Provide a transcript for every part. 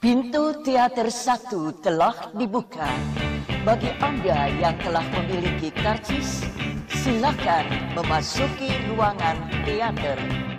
Pintu teater 1 telah dibuka. Bagi Anda yang telah memiliki karcis, silakan memasuki ruangan teater.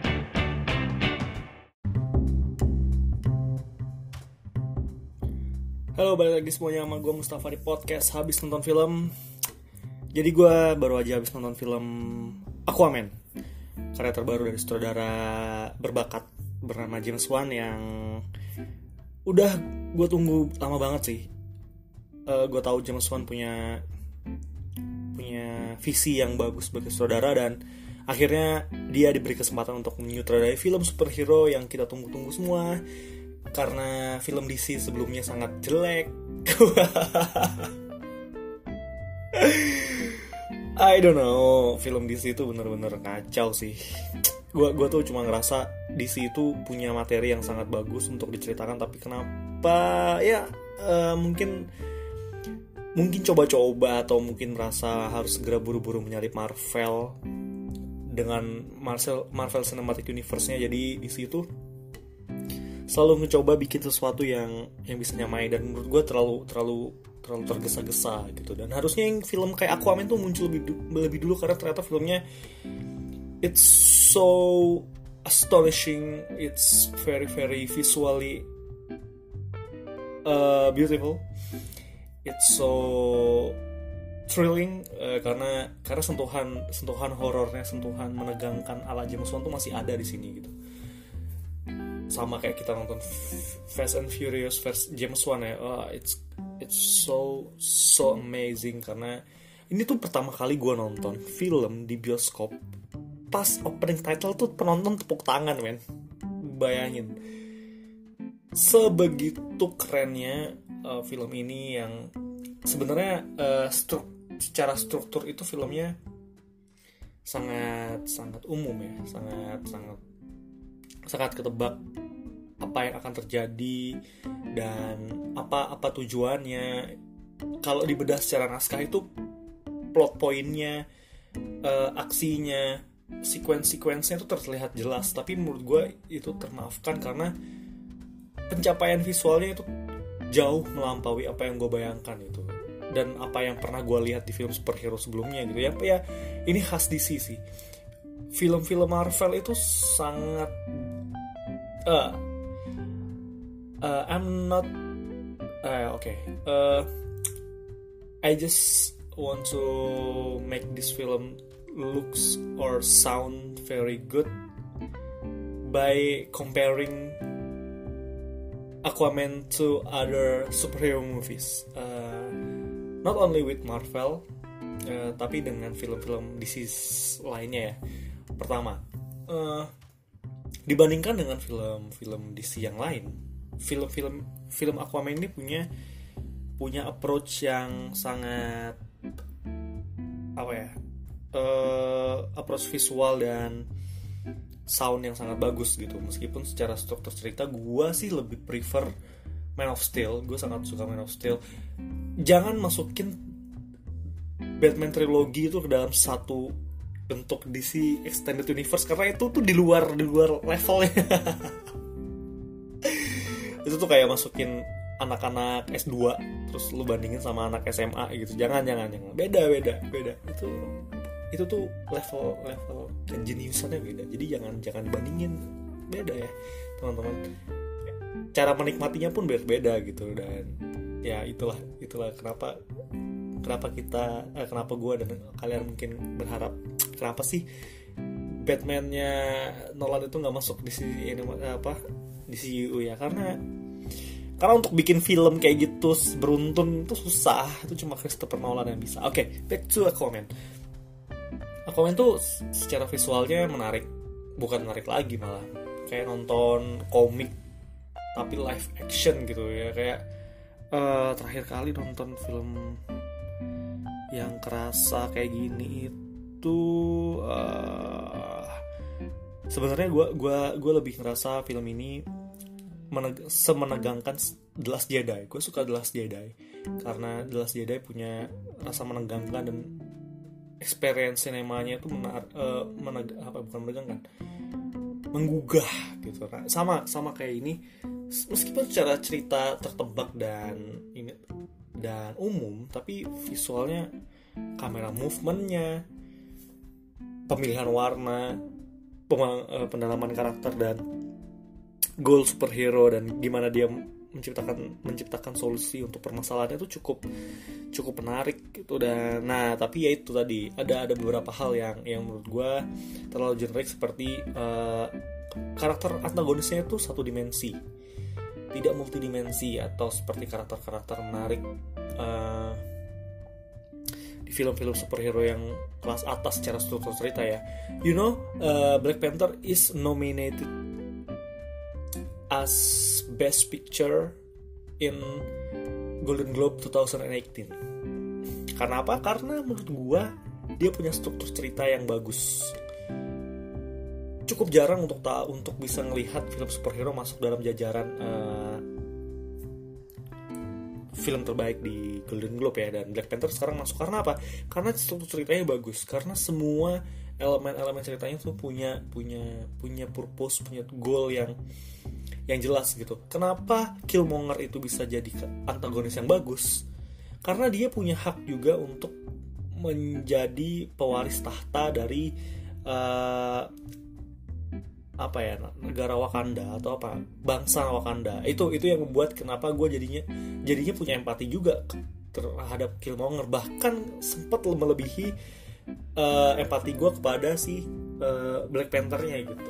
Halo, balik lagi semuanya sama gue Mustafa di podcast Habis Nonton Film. Jadi gue baru aja habis nonton film Aquaman, karya terbaru dari sutradara berbakat bernama James Wan yang udah gue tunggu lama banget sih. Gue tahu James Wan punya visi yang bagus sebagai sutradara, dan akhirnya dia diberi kesempatan untuk menyutradarai film superhero yang kita tunggu-tunggu semua. Karena film DC sebelumnya sangat jelek. I don't know, film DC itu bener-bener kacau sih. Gue tuh cuma ngerasa DC itu punya materi yang sangat bagus untuk diceritakan, tapi kenapa ya mungkin coba-coba atau mungkin merasa harus segera buru-buru menyalip Marvel dengan Marvel Cinematic Universe-nya. Jadi DC itu selalu mencoba bikin sesuatu yang bisa nyamai, dan menurut gue terlalu tergesa-gesa gitu. Dan harusnya yang film kayak Aquaman tuh muncul lebih dulu, karena ternyata filmnya it's so astonishing, it's very very visually beautiful, it's so thrilling, karena sentuhan horornya, sentuhan menegangkan ala James Wan tuh masih ada di sini gitu. Sama kayak kita nonton Fast and Furious versi James Wan ya. It's so amazing, karena ini tuh pertama kali gue nonton film di bioskop. Pas opening title tuh penonton tepuk tangan, men. Bayangin sebegitu kerennya film ini, yang sebenarnya secara struktur itu filmnya sangat umum ya, sangat ketebak apa yang akan terjadi dan apa tujuannya. Kalau dibedah secara naskah itu plot pointnya, aksinya, sekuensinya itu terlihat jelas, tapi menurut gue itu termaafkan karena pencapaian visualnya itu jauh melampaui apa yang gue bayangkan itu, dan apa yang pernah gue lihat di film superhero sebelumnya gitu ya. Ini khas DC sih. Film-film Marvel itu sangat I just want to make this film looks or sound very good by comparing Aquaman to other superhero movies, not only with Marvel, tapi dengan film-film DC lainnya ya. Pertama, dibandingkan dengan film-film DC yang lain, film Aquaman ini punya approach yang sangat approach visual dan sound yang sangat bagus gitu. Meskipun secara struktur cerita gue sih lebih prefer Man of Steel. Gue sangat suka Man of Steel. Jangan masukin Batman trilogi itu ke dalam satu bentuk DC Extended Universe, karena itu tuh di luar levelnya. Itu tuh kayak masukin anak-anak S2 terus lu bandingin sama anak SMA gitu. Jangan. Beda. Itu tuh level kejeniusannya beda. Jadi jangan dibandingin. Beda ya, teman-teman. Cara menikmatinya pun beda gitu, dan ya itulah kenapa gue dan kalian mungkin berharap kenapa sih Batman-nya Nolan itu nggak masuk di CU ya, karena untuk bikin film kayak gitu beruntun itu susah. Itu cuma Christopher Nolan yang bisa. Oke, back to Aquaman tuh secara visualnya menarik, bukan menarik lagi, malah kayak nonton komik tapi live action gitu ya. Kayak terakhir kali nonton film yang kerasa kayak gini itu sebenarnya gue lebih ngerasa film ini semenegangkan The Last Jedi. Gue suka The Last Jedi karena The Last Jedi punya rasa menegangkan, dan experience sinemanya itu bukan menegangkan, menggugah gitu. Nah, sama kayak ini, meskipun secara cerita tertebak dan umum, tapi visualnya, kamera movementnya, pemilihan warna, pendalaman karakter, dan goal superhero, dan gimana dia menciptakan solusi untuk permasalahannya itu cukup menarik gitu. Dan tapi ya itu tadi, ada beberapa hal yang menurut gue terlalu generik, seperti karakter antagonisnya itu satu dimensi, tidak multidimensi, atau seperti karakter-karakter menarik di film-film superhero yang kelas atas secara struktur cerita ya. Black Panther is nominated as Best Picture in Golden Globe 2018. Karena apa? Karena menurut gua dia punya struktur cerita yang bagus. Cukup jarang untuk bisa ngelihat film superhero masuk dalam jajaran film terbaik di Golden Globe ya, dan Black Panther sekarang masuk. Karena apa? Karena struktur ceritanya bagus. Karena semua elemen-elemen ceritanya tuh punya purpose, punya goal yang jelas gitu. Kenapa Killmonger itu bisa jadi antagonis yang bagus? Karena dia punya hak juga untuk menjadi pewaris tahta dari negara Wakanda, atau bangsa Wakanda. Itu yang membuat kenapa gue jadinya punya empati juga terhadap Killmonger, bahkan sempat melebihi empati gue kepada si Black Panther-nya gitu.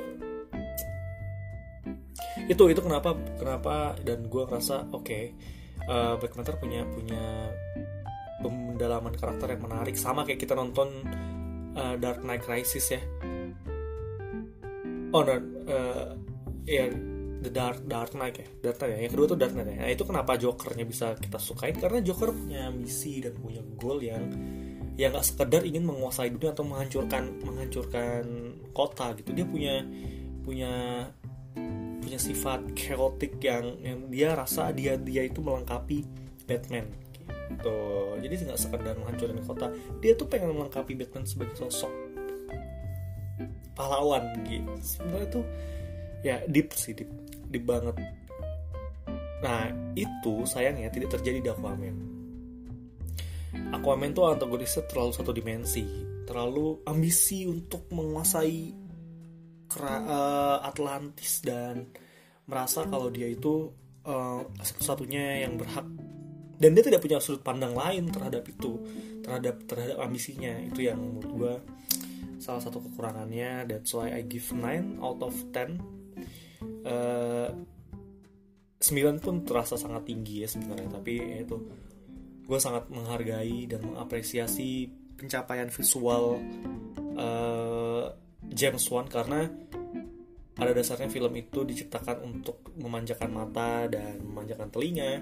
Itu kenapa dan gue ngerasa Black Panther punya pendalaman karakter yang menarik, sama kayak kita nonton Dark Knight Rises ya. The Dark Knight ya. Yang kedua tuh Dark Knight ya. Nah, itu kenapa Joker-nya bisa kita sukain, karena Joker punya misi dan punya goal yang nggak sekedar ingin menguasai dunia atau menghancurkan kota gitu. Dia punya sifat chaotic yang dia rasa dia itu melengkapi Batman gitu. Jadi nggak sekedar menghancurkan kota, dia tuh pengen melengkapi Batman sebagai sosok pahlawan gitu. Sebenarnya tuh ya deep banget. Nah, itu sayangnya tidak terjadi di Aquaman tuh antagonisnya terlalu satu dimensi, terlalu ambisi untuk menguasai Atlantis, dan merasa kalau dia itu satu-satunya yang berhak, dan dia tidak punya sudut pandang lain terhadap terhadap ambisinya. Itu yang menurut gue salah satu kekurangannya. That's why I give 9 out of 10. 9 pun terasa sangat tinggi ya sebenarnya, tapi ya itu, gue sangat menghargai dan mengapresiasi pencapaian visual James Wan, karena pada dasarnya film itu diciptakan untuk memanjakan mata dan memanjakan telinga,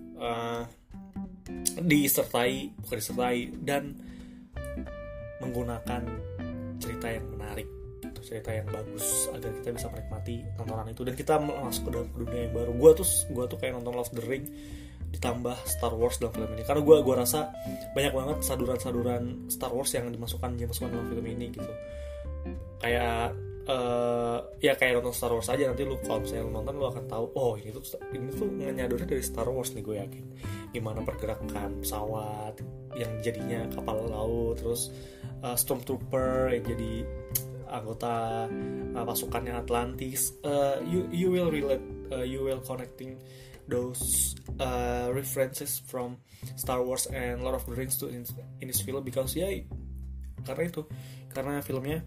disertai dan menggunakan cerita yang menarik, cerita yang bagus, agar kita bisa menikmati tontonan itu dan kita masuk ke dalam dunia yang baru. Gue tuh kayak nonton Lord of the Ring ditambah Star Wars dalam film ini, karena gue rasa banyak banget saduran Star Wars yang dimasukkan James Wan dalam film ini gitu. Kayak kayak nonton Star Wars aja, nanti lu kalau misalnya lu nonton lu akan tahu, oh ini tuh nyadurnya dari Star Wars nih, gue yakin. Gimana pergerakan pesawat yang jadinya kapal laut, terus Stormtrooper yang jadi anggota pasukannya Atlantis. You will relate, you will connecting those references from Star Wars and Lord of the Rings to in this film, because karena filmnya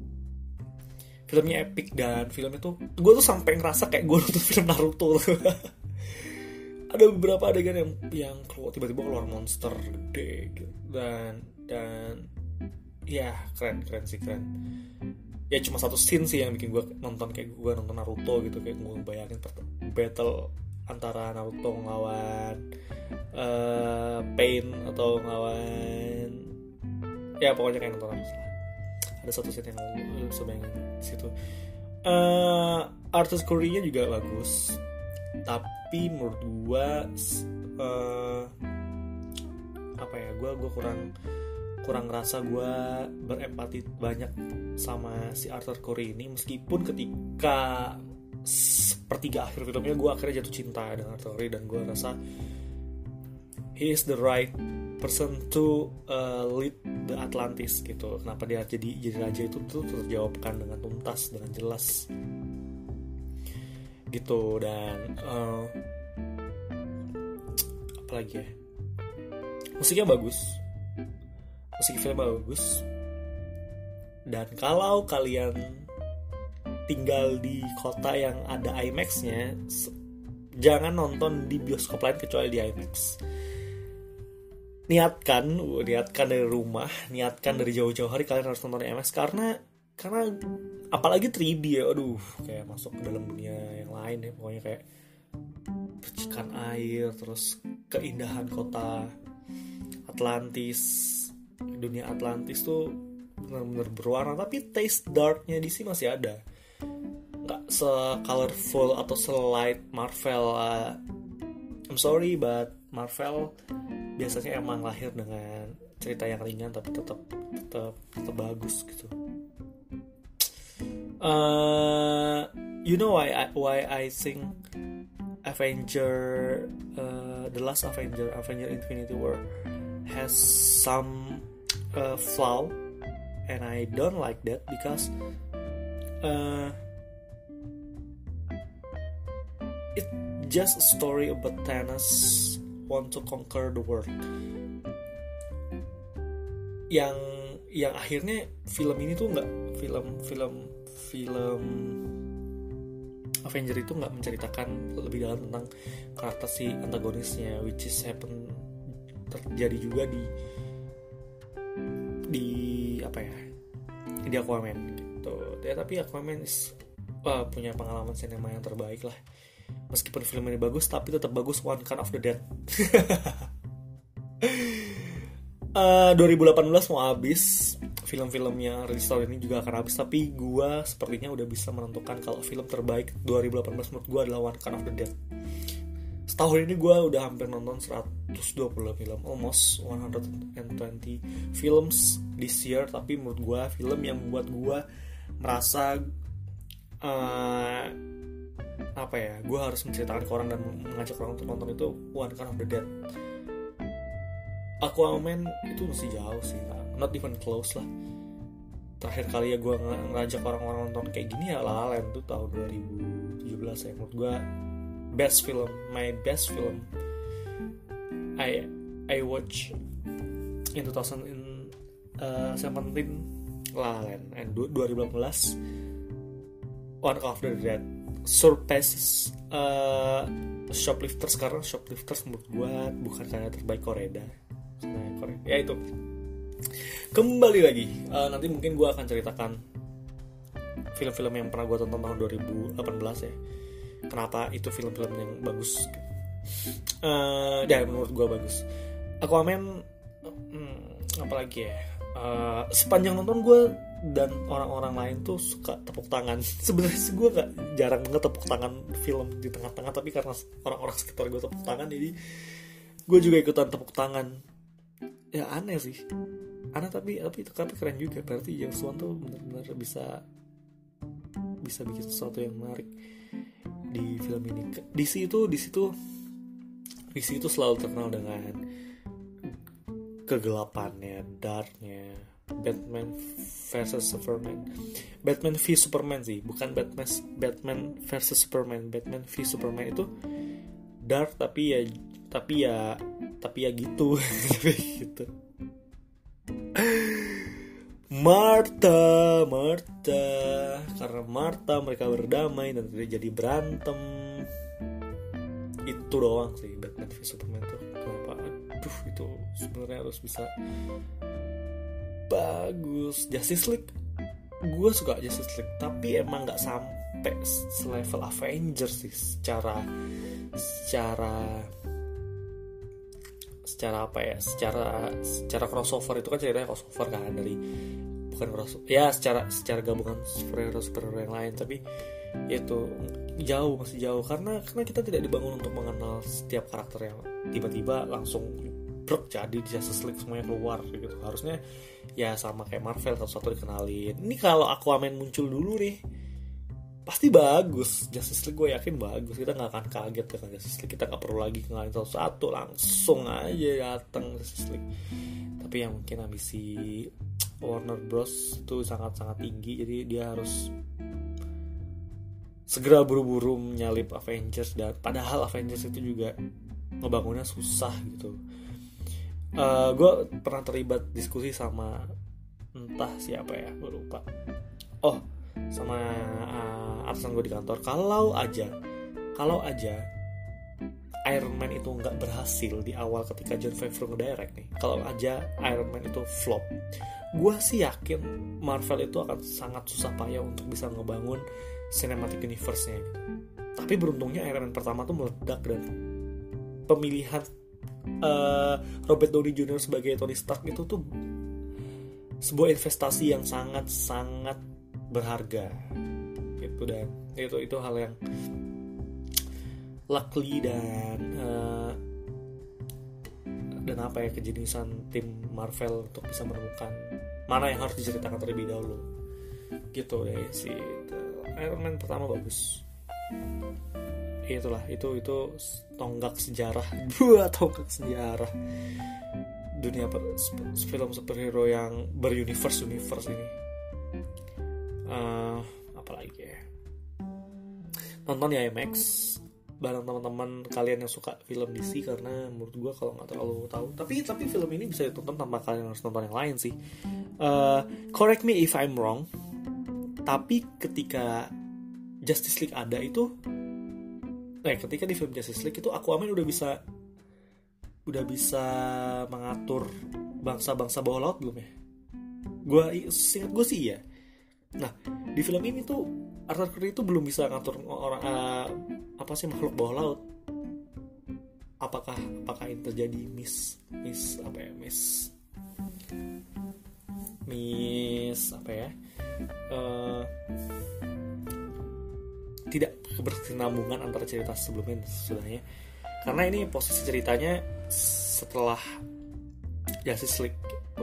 epic, dan film itu gue tuh sampai ngerasa kayak gue nonton film Naruto. Ada beberapa adegan yang tiba-tiba keluar monster gede gitu. dan ya keren. Ya cuma satu scene sih yang bikin gue nonton kayak gue nonton Naruto gitu, kayak gue bayangin battle antara Naruto ngelawan Pain atau ngelawan, ya pokoknya kayak nonton Naruto. Ada satu scene yang lu bisa bayangin di situ. Arthur Curry-nya juga bagus, tapi menurut gue gue kurang ngerasa gue berempati banyak sama si Arthur Curry ini, meskipun ketika sepertiga akhir filmnya gue akhirnya jatuh cinta dengan Arthur Curry, dan gue rasa he is the right person to lead the Atlantis gitu. Kenapa dia jadi raja itu tuh terjawabkan dengan tuntas, dengan jelas gitu. Dan apalagi ya, musiknya bagus, musik filmnya bagus. Dan kalau kalian tinggal di kota yang ada IMAX-nya, jangan nonton di bioskop lain kecuali di IMAX. Niatkan dari rumah, niatkan dari jauh-jauh hari kalian harus nonton di IMAX, karena apalagi 3D ya, aduh, kayak masuk ke dalam dunia yang lain ya, pokoknya kayak percikan air, terus keindahan kota Atlantis, dunia Atlantis tuh benar-benar berwarna. Tapi taste darknya DC masih ada, nggak se-colorful atau se-light Marvel. I'm sorry, but Marvel biasanya emang lahir dengan cerita yang ringan tapi tetap bagus gitu. You know why I think The Last Avenger Infinity War has some flaw, and I don't like that because it's just a story about Thanos want to conquer the world. Yang akhirnya film ini tuh nggak, film Avenger itu nggak menceritakan lebih dalam tentang karakter si antagonisnya, which is terjadi juga di apa ya, di Aquaman gitu ya. Tapi Aquaman punya pengalaman sinema yang terbaik lah. Meskipun film ini bagus, tapi tetap bagus One Cut of the Dead. 2018 mau habis, film-filmnya rilis tahun ini juga akan habis, tapi gue sepertinya udah bisa menentukan kalau film terbaik 2018 menurut gue adalah One Cut of the Dead. Setahun ini gue udah hampir nonton 120 film, almost 120 films this year, tapi menurut gue film yang membuat gue merasa gue harus menceritakan ke orang dan mengajak orang untuk nonton itu One Cut of the Dead. Aquaman itu masih jauh sih, not even close lah. Terakhir kali ya gue ngajak orang-orang nonton kayak gini ya La La Land tuh tahun 2017 ya. Menurut gue my best film I watch in 2017 La La Land, and 2018 One Cut of the Dead surpasses Shoplifters, karena Shoplifters menurut gue bukan karya terbaik Korea. Ya itu, kembali lagi nanti mungkin gue akan ceritakan film-film yang pernah gue tonton tahun 2018 ya, kenapa itu film-film yang bagus dan menurut gue bagus. Aquaman, apalagi ya, sepanjang nonton gue dan orang-orang lain tuh suka tepuk tangan. Sebenarnya gue gak jarang banget tepuk tangan film di tengah-tengah, tapi karena orang-orang sekitar gue tepuk tangan, jadi gue juga ikutan tepuk tangan. Ya aneh sih, tapi keren juga. Berarti James Wan tuh benar-benar bisa bikin sesuatu yang menarik di film ini. DC itu selalu terkenal dengan kegelapannya, darknya. Batman versus Superman, Batman v Superman sih, bukan Batman versus Superman. Batman v Superman itu dark tapi ya gitu. Gitu. Martha, karena Martha mereka berdamai dan tidak jadi berantem. Itu doang sih Batman v Superman tuh. Kenapa? Aduh, itu sebenarnya harus bisa bagus. Justice League, gue suka Justice League, tapi emang nggak sampai selevel Avengers sih secara apa ya, secara crossover. Itu kan ceritanya crossover kan, dari bukan crossover ya, secara gabungan superhero yang lain, tapi itu masih jauh karena kita tidak dibangun untuk mengenal setiap karakter yang tiba-tiba langsung brok jadi Justice League semuanya keluar gitu. Harusnya ya sama kayak Marvel satu-satu dikenalin. Ini kalau Aquaman muncul dulu nih pasti bagus. Justice League gue yakin bagus. Kita gak akan kaget dengan Justice League. Kita gak perlu lagi kenalin satu-satu, langsung aja datang Justice League. Tapi yang mungkin ambisi Warner Bros itu sangat-sangat tinggi, jadi dia harus segera buru-buru menyalip Avengers. Dan padahal Avengers itu juga ngebangunnya susah gitu. Gue pernah terlibat diskusi sama entah siapa ya, gue lupa. Sama atasan gue di kantor. Kalau aja Iron Man itu nggak berhasil di awal ketika Jon Favreau ngedirect nih, kalau aja Iron Man itu flop, gue sih yakin Marvel itu akan sangat susah payah untuk bisa ngebangun cinematic universe-nya gitu. Tapi beruntungnya Iron Man pertama tuh meledak, dan pemilihan Robert Downey Jr. sebagai Tony Stark itu tuh sebuah investasi yang sangat-sangat berharga gitu. Dan itu hal yang luckily dan apa ya, kejeniusan tim Marvel untuk bisa menemukan mana yang harus diceritakan terlebih dahulu gitu deh sih. Iron Man pertama bagus. Itulah itu tonggak sejarah buat tonggak sejarah dunia film superhero yang beruniverse ini. Apalagi ya, nonton ya IMAX bareng teman-teman kalian yang suka film DC, karena menurut gue kalau nggak terlalu tahu, tapi film ini bisa ditonton tanpa kalian harus nonton yang lain sih. Correct me if I'm wrong, tapi ketika Justice League ada itu, ketika di film Justice League itu Aquaman udah bisa mengatur bangsa-bangsa bawah laut belum ya? Seingat gue sih ya. Nah, di film ini tuh Arthur Curry itu belum bisa ngatur orang makhluk bawah laut. Apakah ini terjadi tidak keberkesinambungan antara cerita sebelumnya dan sesudahnya. Karena ini posisi ceritanya setelah Justice League gitu.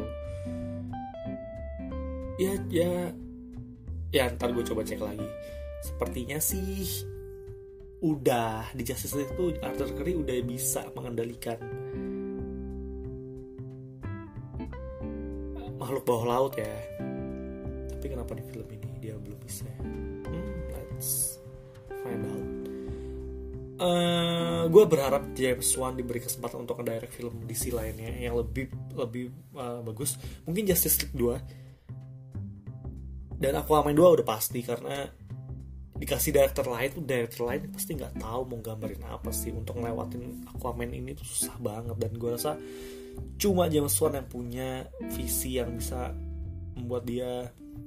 Ya ntar gue coba cek lagi. Sepertinya sih udah di Justice League itu Arthur Curry udah bisa mengendalikan makhluk bawah laut ya. Tapi kenapa di film ini dia belum bisa? Let's find out. Gue berharap James Wan diberi kesempatan untuk ngedirect film DC lainnya yang lebih bagus. Mungkin Justice League 2 dan Aquaman 2 udah pasti, karena dikasih director lain pasti nggak tahu mau gambarin apa sih. Untuk ngelewatin Aquaman ini tuh susah banget, dan gue rasa cuma James Wan yang punya visi yang bisa membuat dia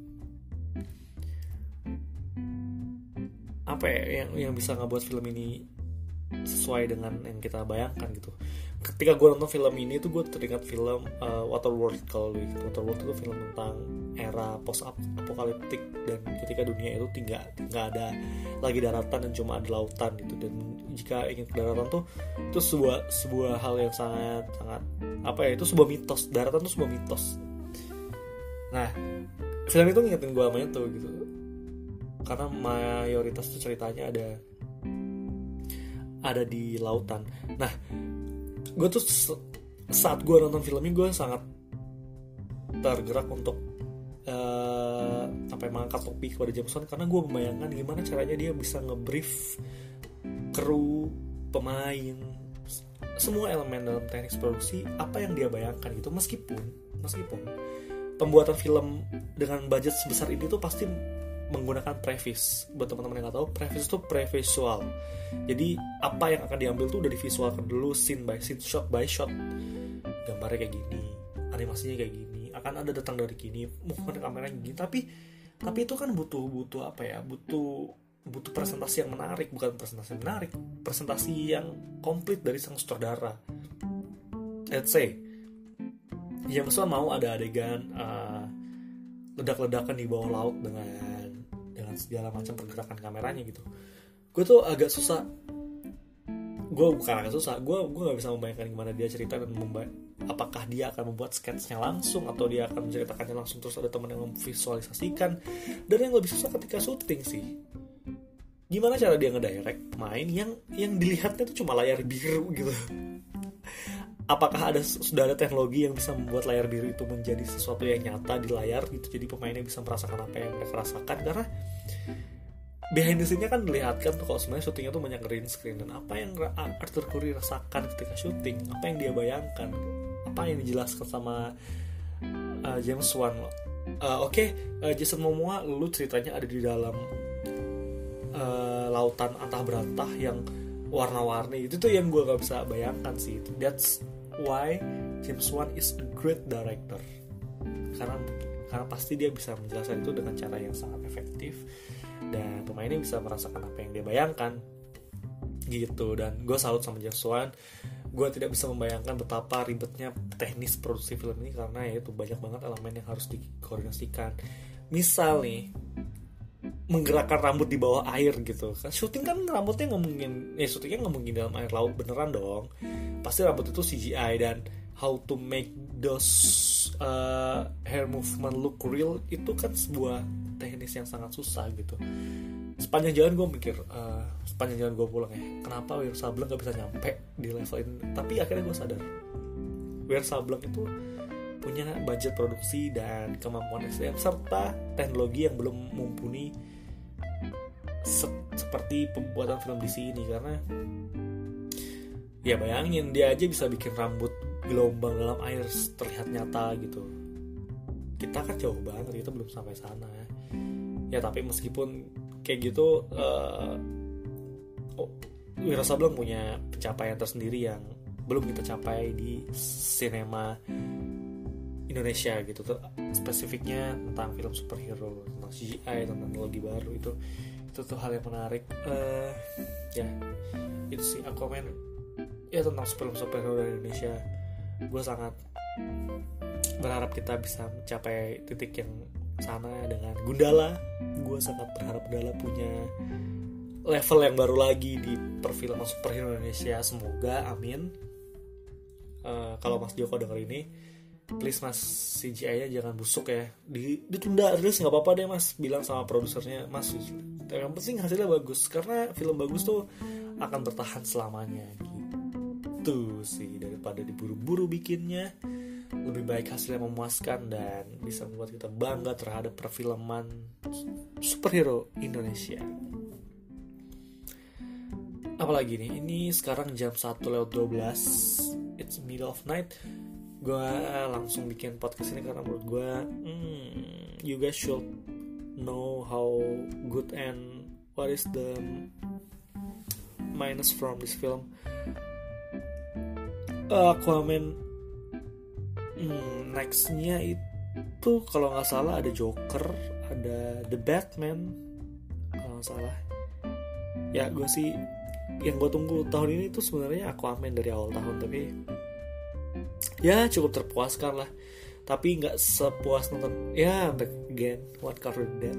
yang bisa ngebuat film ini sesuai dengan yang kita bayangkan gitu. Ketika gue nonton film ini tuh gue teringat film Waterworld. Kalau gitu, Waterworld itu film tentang era post apokaliptik, dan ketika dunia itu nggak ada lagi daratan dan cuma ada lautan gitu. Dan jika ingin ke daratan tuh itu sebuah hal yang sangat itu sebuah mitos. Daratan tuh sebuah mitos. Nah, film itu ngingetin gue sama itu gitu, karena mayoritas tuh ceritanya ada di lautan. Nah, gue tuh saat gue nonton film ini gue sangat tergerak untuk mengangkat topi kepada James Wan, karena gue membayangkan gimana caranya dia bisa ngebrief kru, pemain, semua elemen dalam teknik produksi apa yang dia bayangkan gitu. Meskipun pembuatan film dengan budget sebesar ini tuh pasti menggunakan previs. Buat teman-teman yang nggak tahu, previs itu previsual. Jadi apa yang akan diambil tuh udah divisualkan dulu, scene by scene, shot by shot. Gambarnya kayak gini, animasinya kayak gini, akan ada datang dari gini, movement kameranya gini. Tapi itu kan butuh presentasi yang menarik, bukan presentasi yang komplit dari sang sutradara. Let's say James Wan mau ada adegan ledak-ledakan di bawah laut dengan segala macam pergerakan kameranya gitu. Gue tuh agak susah. gue bukan agak susah, gue nggak bisa membayangkan gimana dia cerita dan apakah dia akan membuat sketsnya langsung atau dia akan menceritakannya langsung terus ada teman yang memvisualisasikan. Dan yang lebih susah ketika syuting sih, gimana cara dia ngedirect main yang dilihatnya tuh cuma layar biru gitu. Apakah sudah ada teknologi yang bisa membuat layar biru itu menjadi sesuatu yang nyata di layar gitu, jadi pemainnya bisa merasakan apa yang mereka rasakan. Karena behind the scene-nya kan dilihatkan tuh kalau sebenarnya syutingnya tuh banyak green screen, dan apa yang Arthur Curry rasakan ketika syuting, apa yang dia bayangkan, apa yang dijelaskan sama James Wan. Jason Momoa, lu ceritanya ada di dalam lautan antah berantah yang warna-warni. Itu tuh yang gue gak bisa bayangkan sih. That's why James Wan is a great director, karena pasti dia bisa menjelaskan itu dengan cara yang sangat efektif dan pemainnya bisa merasakan apa yang dia bayangkan gitu. Dan gue salut sama James Wan. Gue tidak bisa membayangkan betapa ribetnya teknis produksi film ini, karena ya itu banyak banget elemen yang harus dikoordinasikan. Misal nih, menggerakkan rambut di bawah air gitu kan, syuting kan rambutnya syutingnya nggak mungkin dalam air laut beneran dong, pasti rambut itu CGI. Dan how to make those hair movement look real itu kan sebuah teknis yang sangat susah gitu. Sepanjang jalan gue mikir, sepanjang jalan gue pulang ya, kenapa Wir Sableng gak bisa nyampe di level ini. Tapi akhirnya gue sadar, Wir Sableng itu punya budget produksi dan kemampuan SDM serta teknologi yang belum mumpuni seperti pembuatan film DC ini. Karena ya bayangin, dia aja bisa bikin rambut gelombang dalam air terlihat nyata gitu. Kita kan jauh banget, kita belum sampai sana ya. Tapi meskipun kayak gitu, Wira Sableng punya pencapaian tersendiri yang belum kita capai di sinema Indonesia gitu tuh, spesifiknya tentang film superhero, tentang CGI, tentang teknologi baru. Itu tuh hal yang menarik. Ya itu sih Aquaman ya, tentang film superhero dari Indonesia. Gue sangat berharap kita bisa mencapai titik yang sana dengan Gundala. Gue sangat berharap Gundala punya level yang baru lagi di perfilman superhero Indonesia. Semoga, amin. Kalau Mas Joko denger ini, please Mas, CGI-nya jangan busuk ya, ditunda rilis nggak apa-apa deh Mas, bilang sama produsernya Mas, yang penting hasilnya bagus, karena film bagus tuh akan bertahan selamanya gitu sih. Daripada diburu-buru bikinnya, lebih baik hasilnya memuaskan dan bisa membuat kita bangga terhadap perfilman superhero Indonesia. Apalagi nih, ini sekarang jam 1:12, it's middle of night. Gue langsung bikin podcast ini karena menurut gue you guys should know how good and what is the minus from this film. Aquaman nextnya itu kalau nggak salah ada Joker, ada The Batman kalau nggak salah ya. Gue sih yang gue tunggu tahun ini tuh sebenarnya Aquaman dari awal tahun, tapi ya cukup terpuaskan lah. Tapi nggak sepuas nonton ya Back Again, One Cut or Dead.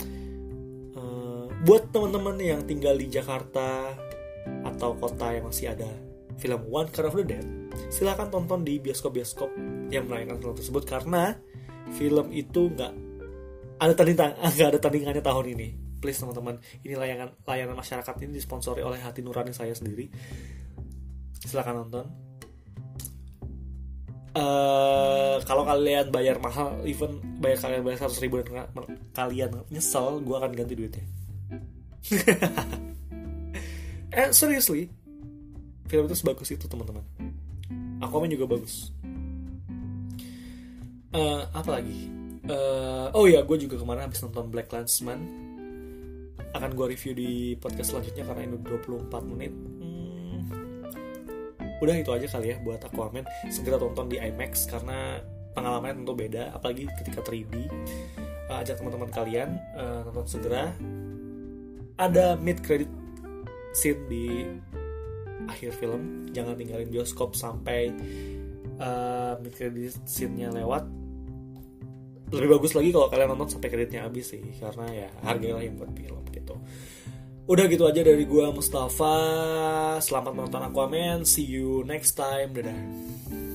Buat teman-teman yang tinggal di Jakarta atau kota yang masih ada film One Cut of the Dead, silakan tonton di bioskop-bioskop yang menayangkan film tersebut, karena film itu nggak ada tandingannya tahun ini. Please teman-teman, ini layanan masyarakat ini disponsori oleh hati nurani saya sendiri. Silakan nonton. Kalau kalian bayar mahal, even kalian bayar 100.000 dan kalian nyesel, gue akan ganti duitnya. Seriously, film itu sebagus itu teman-teman. Aquaman juga bagus. Apa lagi? Gue juga kemarin habis nonton Black Klansman. Akan gue review di podcast selanjutnya karena ini 24 menit. Udah itu aja kali ya buat Aquaman. Segera tonton di IMAX karena pengalamannya tentu beda, apalagi ketika 3D. Ajak teman-teman kalian nonton segera. Ada mid credit scene di akhir film. Jangan tinggalin bioskop sampai mid credit scene-nya lewat. Lebih bagus lagi kalau kalian nonton sampai kreditnya habis sih, karena ya hargailah yang buat film gitu. Udah gitu aja dari gua Mustafa. Selamat menonton Aquaman. See you next time. Dadah.